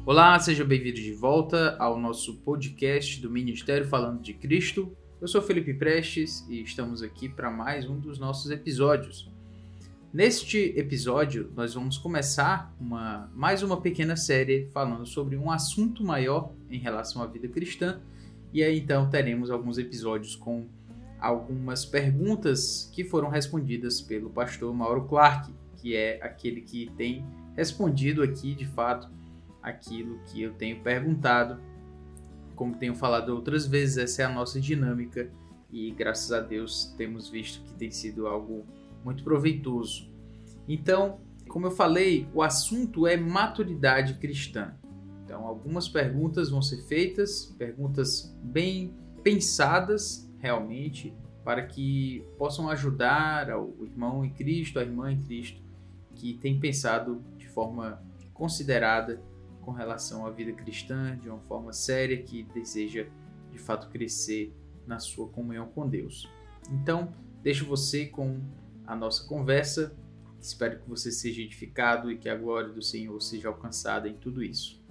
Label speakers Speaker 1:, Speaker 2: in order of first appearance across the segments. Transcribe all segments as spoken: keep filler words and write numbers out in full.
Speaker 1: Olá, seja bem-vindo de volta ao nosso podcast do Ministério Falando de Cristo. Eu sou Felipe Prestes e estamos aqui para mais um dos nossos episódios. Neste episódio, nós vamos começar uma, mais uma pequena série falando sobre um assunto maior em relação à vida cristã. E aí então teremos alguns episódios com algumas perguntas que foram respondidas pelo pastor Mauro Clark, que é aquele que tem respondido aqui de fato aquilo que eu tenho perguntado. Como tenho falado outras vezes, essa é a nossa dinâmica e graças a Deus temos visto que tem sido algo muito proveitoso. Então, como eu falei, o assunto é maturidade cristã. Então, algumas perguntas vão ser feitas, perguntas bem pensadas realmente, para que possam ajudar o irmão em Cristo, a irmã em Cristo, que tem pensado de forma considerada com relação à vida cristã, de uma forma séria, que deseja de fato crescer na sua comunhão com Deus. Então, deixo você com a nossa conversa. Espero que você seja edificado e que a glória do Senhor seja alcançada em tudo isso.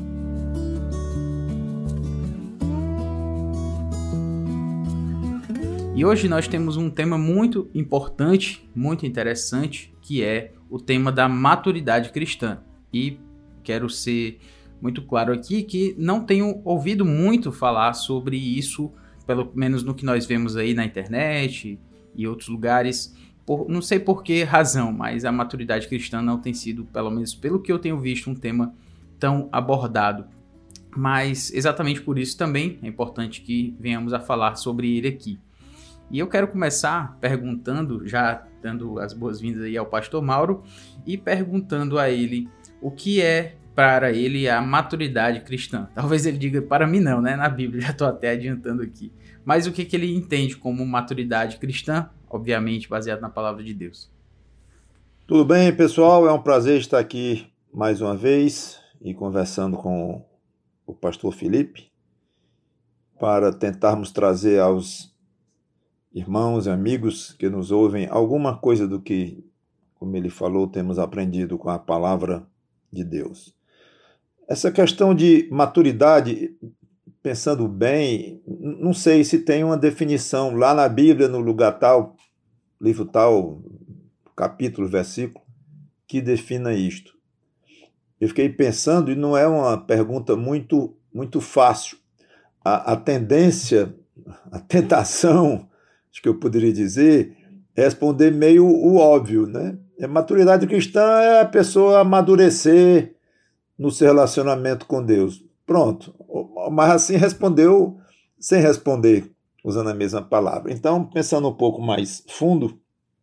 Speaker 1: E hoje nós temos um tema muito importante, muito interessante, que é o tema da maturidade cristã. E quero ser muito claro aqui que não tenho ouvido muito falar sobre isso, pelo menos no que nós vemos aí na internet e outros lugares. Por, não sei por que razão, mas a maturidade cristã não tem sido, pelo menos pelo que eu tenho visto, um tema tão abordado. Mas exatamente por isso também é importante que venhamos a falar sobre ele aqui. E eu quero começar perguntando, já dando as boas-vindas aí ao pastor Mauro, e perguntando a ele o que é para ele a maturidade cristã. Talvez ele diga para mim não, né? Na Bíblia, já estou até adiantando aqui. Mas o que, que ele entende como maturidade cristã? Obviamente baseado na palavra de Deus.
Speaker 2: Tudo bem, pessoal? É um prazer estar aqui mais uma vez e conversando com o pastor Felipe para tentarmos trazer aos irmãos e amigos que nos ouvem alguma coisa do que, como ele falou, temos aprendido com a palavra de Deus. Essa questão de maturidade, pensando bem, não sei se tem uma definição lá na Bíblia, no lugar tal, livro tal, capítulo, versículo, que defina isto. Eu fiquei pensando, e não é uma pergunta muito, muito fácil. A, a tendência, a tentação, acho que eu poderia dizer, é responder meio o óbvio, né? A maturidade cristã é a pessoa amadurecer no seu relacionamento com Deus. Pronto. Mas assim respondeu sem responder, usando a mesma palavra. Então, pensando um pouco mais fundo,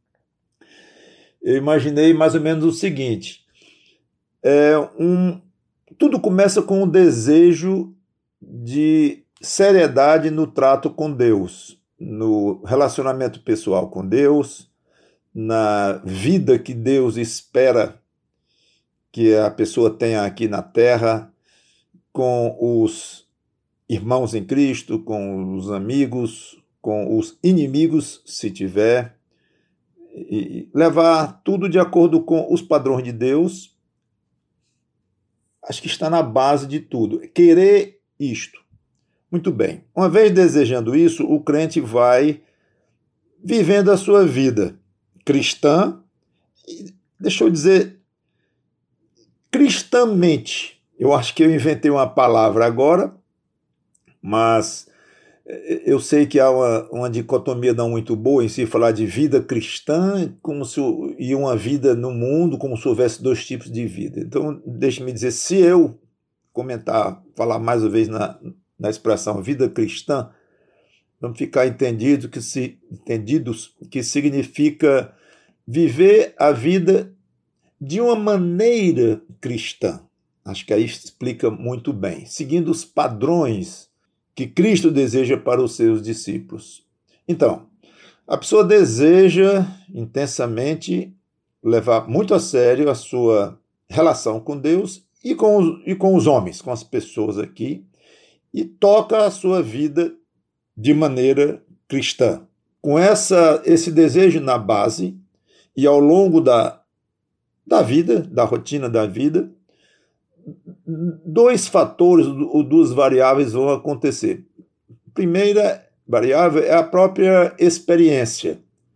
Speaker 2: eu imaginei mais ou menos o seguinte. É um, tudo começa com um desejo de seriedade no trato com Deus, no relacionamento pessoal com Deus, na vida que Deus espera que a pessoa tenha aqui na terra, com os irmãos em Cristo, com os amigos, com os inimigos, se tiver, e levar tudo de acordo com os padrões de Deus. Acho que está na base de tudo. Querer isto. Muito bem. Uma vez desejando isso, o crente vai vivendo a sua vida cristã, e deixa eu dizer, cristamente. Eu acho que eu inventei uma palavra agora, mas eu sei que há uma, uma dicotomia não muito boa em se falar de vida cristã como se, e uma vida no mundo, como se houvesse dois tipos de vida. Então, deixe-me dizer, se eu comentar, falar mais uma vez na, na expressão vida cristã, vamos ficar entendido que se, entendidos que significa viver a vida de uma maneira cristã. Acho que aí explica muito bem, seguindo os padrões que Cristo deseja para os seus discípulos. Então, a pessoa deseja intensamente levar muito a sério a sua relação com Deus e com os, e com os homens, com as pessoas aqui, e toca a sua vida de maneira cristã. Com essa, esse desejo na base e ao longo da, da vida, da rotina da vida, dois fatores ou duas variáveis vão acontecer. A primeira variável é a própria experiência,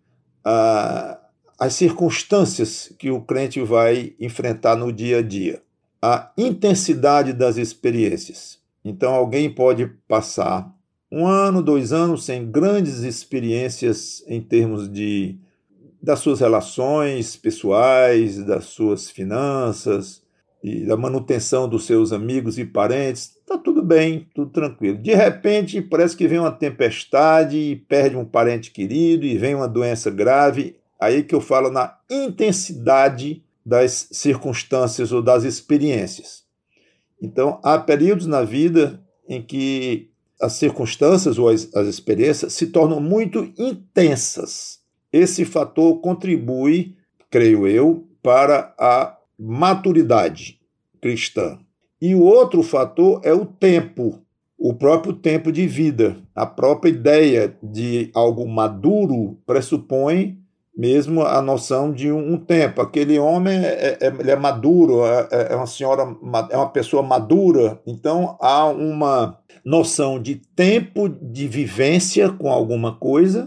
Speaker 2: a, as circunstâncias que o crente vai enfrentar no dia a dia, a intensidade das experiências. Então, alguém pode passar um ano, dois anos sem grandes experiências em termos de, das suas relações pessoais, das suas finanças, e da manutenção dos seus amigos e parentes. Está tudo bem, tudo tranquilo. De repente, parece que vem uma tempestade e perde um parente querido e vem uma doença grave. Aí que eu falo na intensidade das circunstâncias ou das experiências. Então, há períodos na vida em que as circunstâncias ou as, as experiências se tornam muito intensas. Esse fator contribui, creio eu, para a maturidade cristã. E o outro fator é o tempo, o próprio tempo de vida. A própria ideia de algo maduro pressupõe mesmo a noção de um tempo. Aquele homem é, é, ele é maduro, é, é uma senhora, é uma pessoa madura, então há uma noção de tempo de vivência com alguma coisa,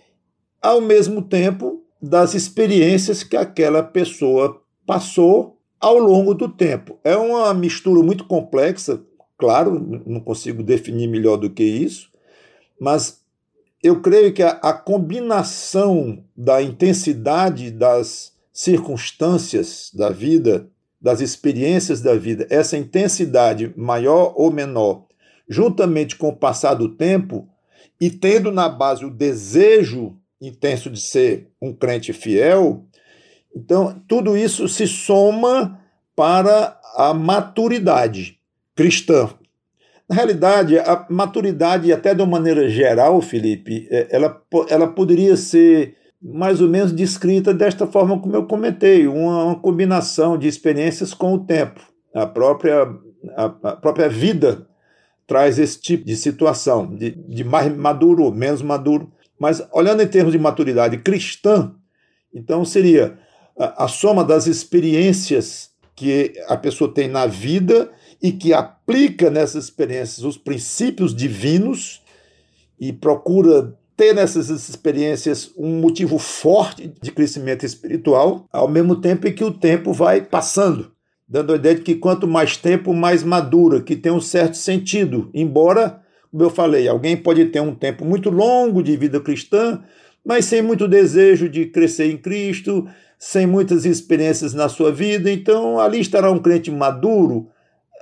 Speaker 2: ao mesmo tempo das experiências que aquela pessoa passou ao longo do tempo. É uma mistura muito complexa, claro, não consigo definir melhor do que isso, mas eu creio que a, a combinação da intensidade das circunstâncias da vida, das experiências da vida, essa intensidade maior ou menor, juntamente com o passar do tempo, e tendo na base o desejo intenso de ser um crente fiel, então tudo isso se soma para a maturidade cristã. Na realidade, a maturidade, até de uma maneira geral, Felipe, ela, ela poderia ser mais ou menos descrita desta forma como eu comentei, uma, uma combinação de experiências com o tempo. A própria, a, a própria vida traz esse tipo de situação, de, de mais maduro ou menos maduro. Mas olhando em termos de maturidade cristã, então seria a, a soma das experiências que a pessoa tem na vida e que aplica nessas experiências os princípios divinos e procura ter nessas experiências um motivo forte de crescimento espiritual, ao mesmo tempo em que o tempo vai passando, dando a ideia de que quanto mais tempo, mais madura, que tem um certo sentido, embora, como eu falei, alguém pode ter um tempo muito longo de vida cristã, mas sem muito desejo de crescer em Cristo, sem muitas experiências na sua vida, então ali estará um crente maduro,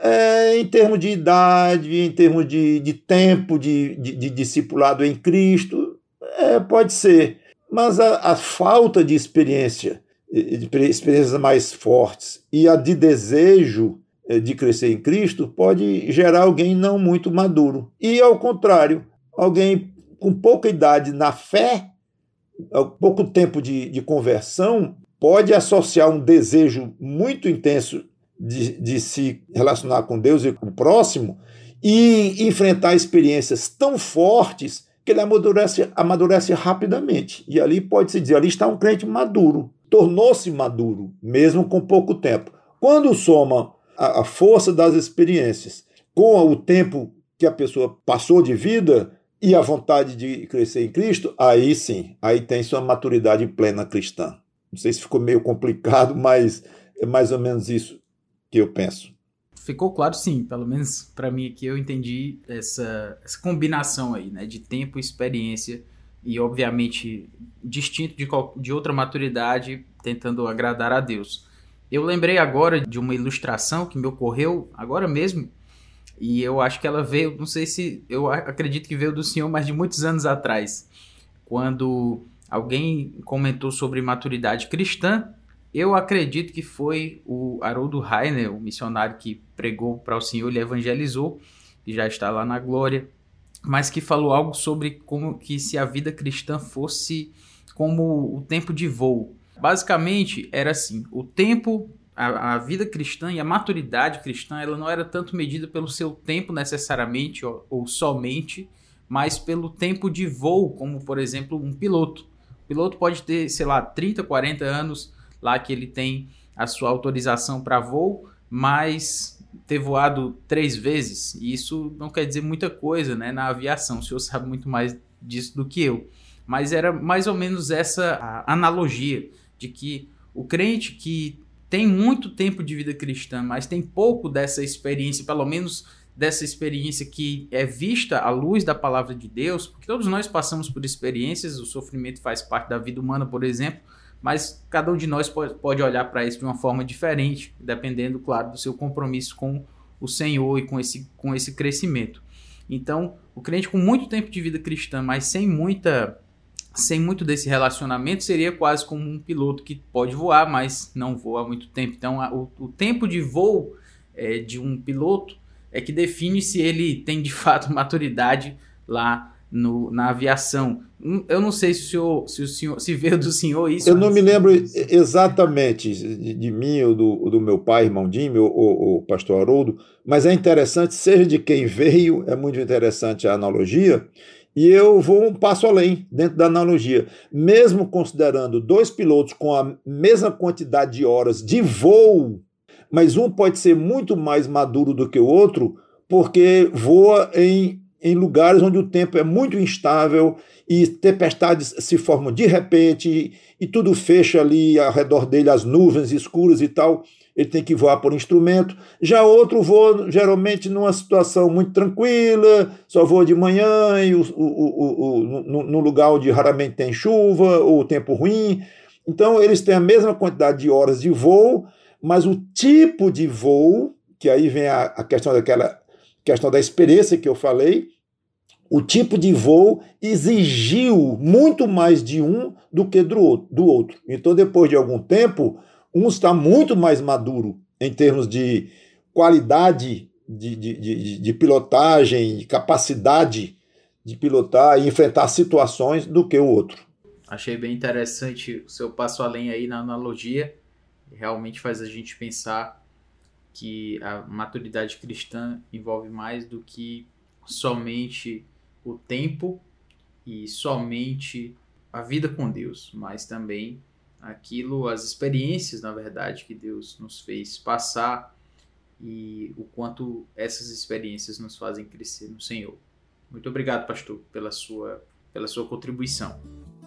Speaker 2: É, em termos de idade, em termos de, de tempo de, de, de discipulado em Cristo, é, pode ser. Mas a, a falta de experiência, de experiências mais fortes e a de desejo de crescer em Cristo pode gerar alguém não muito maduro. E, ao contrário, alguém com pouca idade na fé, pouco tempo de, de conversão, pode associar um desejo muito intenso De, de se relacionar com Deus e com o próximo e enfrentar experiências tão fortes que ele amadurece, amadurece rapidamente. E ali pode-se dizer, ali está um crente maduro, tornou-se maduro, mesmo com pouco tempo. Quando soma a, a força das experiências com o tempo que a pessoa passou de vida e a vontade de crescer em Cristo, aí sim, aí tem sua maturidade plena cristã. Não sei se ficou meio complicado, mas é mais ou menos isso que eu penso.
Speaker 1: Ficou claro, sim, pelo menos para mim aqui eu entendi essa, essa combinação aí, né, de tempo e experiência e obviamente distinto de, de outra maturidade tentando agradar a Deus. Eu lembrei agora de uma ilustração que me ocorreu agora mesmo e eu acho que ela veio, não sei se, eu acredito que veio do senhor, mas de muitos anos atrás, quando alguém comentou sobre maturidade cristã. Eu acredito que foi o Haroldo Rainer, o missionário que pregou para o Senhor, ele evangelizou, e já está lá na glória, mas que falou algo sobre como que se a vida cristã fosse como o tempo de voo. Basicamente, era assim, o tempo, a, a vida cristã e a maturidade cristã, ela não era tanto medida pelo seu tempo necessariamente, ou, ou somente, mas pelo tempo de voo, como, por exemplo, um piloto. O piloto pode ter, sei lá, trinta, quarenta anos, lá que ele tem a sua autorização para voo, mas ter voado três vezes, e isso não quer dizer muita coisa, né, na aviação. O senhor sabe muito mais disso do que eu. Mas era mais ou menos essa a analogia de que o crente que tem muito tempo de vida cristã, mas tem pouco dessa experiência, pelo menos dessa experiência que é vista à luz da palavra de Deus, porque todos nós passamos por experiências, o sofrimento faz parte da vida humana, por exemplo, mas cada um de nós pode, pode olhar para isso de uma forma diferente, dependendo, claro, do seu compromisso com o Senhor e com esse, com esse crescimento. Então, o crente com muito tempo de vida cristã, mas sem muita... sem muito desse relacionamento, seria quase como um piloto que pode voar, mas não voa há muito tempo. Então, a, o, o tempo de voo é, de um piloto é que define se ele tem, de fato, maturidade lá no, na aviação. Eu não sei se o senhor, se, o senhor, se veio do senhor isso.
Speaker 2: Eu não me lembro exatamente de, de mim ou do, do meu pai, irmão Jimmy, ou, ou, ou pastor Haroldo, mas é interessante, seja de quem veio, é muito interessante a analogia. E eu vou um passo além dentro da analogia. Mesmo considerando dois pilotos com a mesma quantidade de horas de voo, mas um pode ser muito mais maduro do que o outro, porque voa em, em lugares onde o tempo é muito instável e tempestades se formam de repente e, e tudo fecha ali ao redor dele, as nuvens escuras e tal. Ele tem que voar por instrumento. Já outro voa, geralmente, numa situação muito tranquila, só voa de manhã, e o, o, o, o, no, no lugar onde raramente tem chuva ou tempo ruim. Então, eles têm a mesma quantidade de horas de voo, mas o tipo de voo, que aí vem a, a questão daquela questão da experiência que eu falei, o tipo de voo exigiu muito mais de um do que do, do outro. Então, depois de algum tempo, um está muito mais maduro em termos de qualidade de, de, de, de pilotagem, de capacidade de pilotar e enfrentar situações do que o outro.
Speaker 1: Achei bem interessante o seu passo além aí na analogia. Realmente faz a gente pensar que a maturidade cristã envolve mais do que somente o tempo e somente a vida com Deus, mas também aquilo, as experiências, na verdade, que Deus nos fez passar e o quanto essas experiências nos fazem crescer no Senhor. Muito obrigado, pastor, pela sua, pela sua contribuição.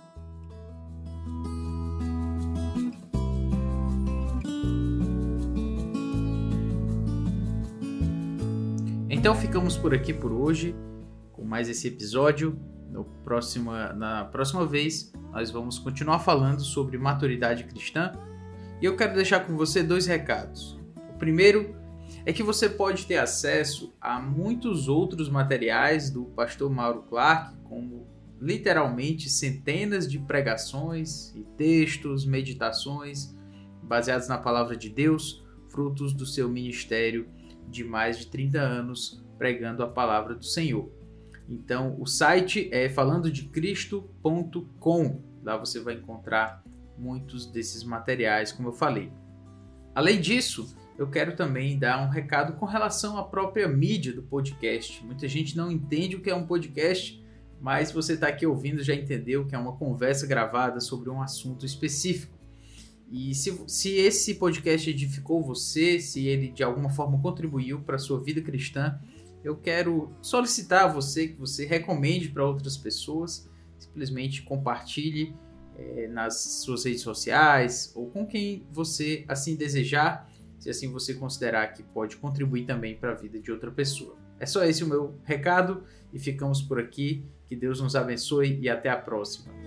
Speaker 1: Então ficamos por aqui por hoje, com mais esse episódio. No próximo, na próxima vez, nós vamos continuar falando sobre maturidade cristã. E eu quero deixar com você dois recados. O primeiro é que você pode ter acesso a muitos outros materiais do pastor Mauro Clark, como literalmente centenas de pregações e textos, meditações, baseados na palavra de Deus, frutos do seu ministério de mais de trinta anos pregando a palavra do Senhor. Então, o site é falando de cristo ponto com. Lá você vai encontrar muitos desses materiais, como eu falei. Além disso, eu quero também dar um recado com relação à própria mídia do podcast. Muita gente não entende o que é um podcast, mas se você está aqui ouvindo já entendeu que é uma conversa gravada sobre um assunto específico. E se, se esse podcast edificou você, se ele de alguma forma contribuiu para a sua vida cristã, eu quero solicitar a você que você recomende para outras pessoas, simplesmente compartilhe é, nas suas redes sociais ou com quem você assim desejar, se assim você considerar que pode contribuir também para a vida de outra pessoa. É só esse o meu recado e ficamos por aqui. Que Deus nos abençoe e até a próxima.